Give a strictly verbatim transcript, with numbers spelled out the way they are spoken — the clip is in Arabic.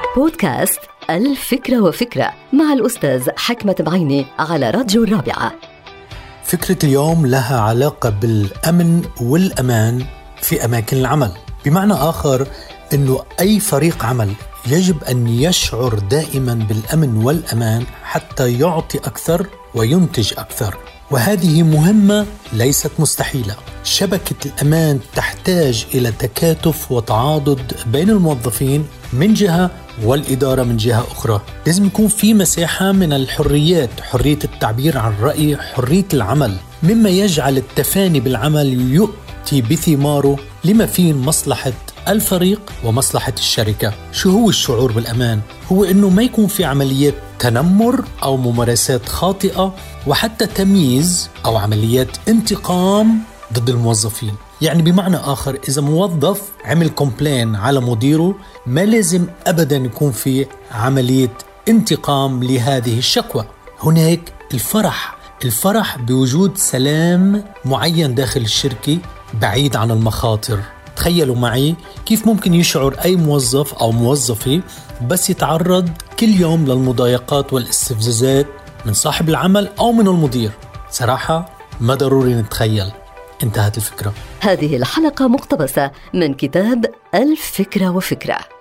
بودكاست الفكرة وفكرة مع الأستاذ حكمة بعيني على راديو الرابعة. فكرة اليوم لها علاقة بالأمن والأمان في أماكن العمل. بمعنى آخر أنه أي فريق عمل يجب أن يشعر دائما بالأمن والأمان حتى يعطي أكثر وينتج أكثر، وهذه مهمة ليست مستحيلة. شبكة الأمان تحتاج إلى تكاتف وتعاضد بين الموظفين من جهة والإدارة من جهة أخرى. لازم يكون في مساحة من الحريات، حرية التعبير عن الرأي، حرية العمل، مما يجعل التفاني بالعمل يؤتي بثماره لما فيه مصلحة الفريق ومصلحة الشركة. شو هو الشعور بالأمان؟ هو إنه ما يكون في عمليات تنمر أو ممارسات خاطئة وحتى تمييز أو عمليات انتقام ضد الموظفين. يعني بمعنى آخر، إذا موظف عمل كومبلين على مديره ما لازم أبدا يكون في عملية انتقام لهذه الشكوى. هناك الفرح الفرح بوجود سلام معين داخل الشركة بعيد عن المخاطر. تخيلوا معي كيف ممكن يشعر أي موظف أو موظفة بس يتعرض كل يوم للمضايقات والاستفزازات من صاحب العمل أو من المدير. صراحة ما ضروري نتخيل. انتهت الفكرة. هذه الحلقة مقتبسة من كتاب الفكرة وفكرة.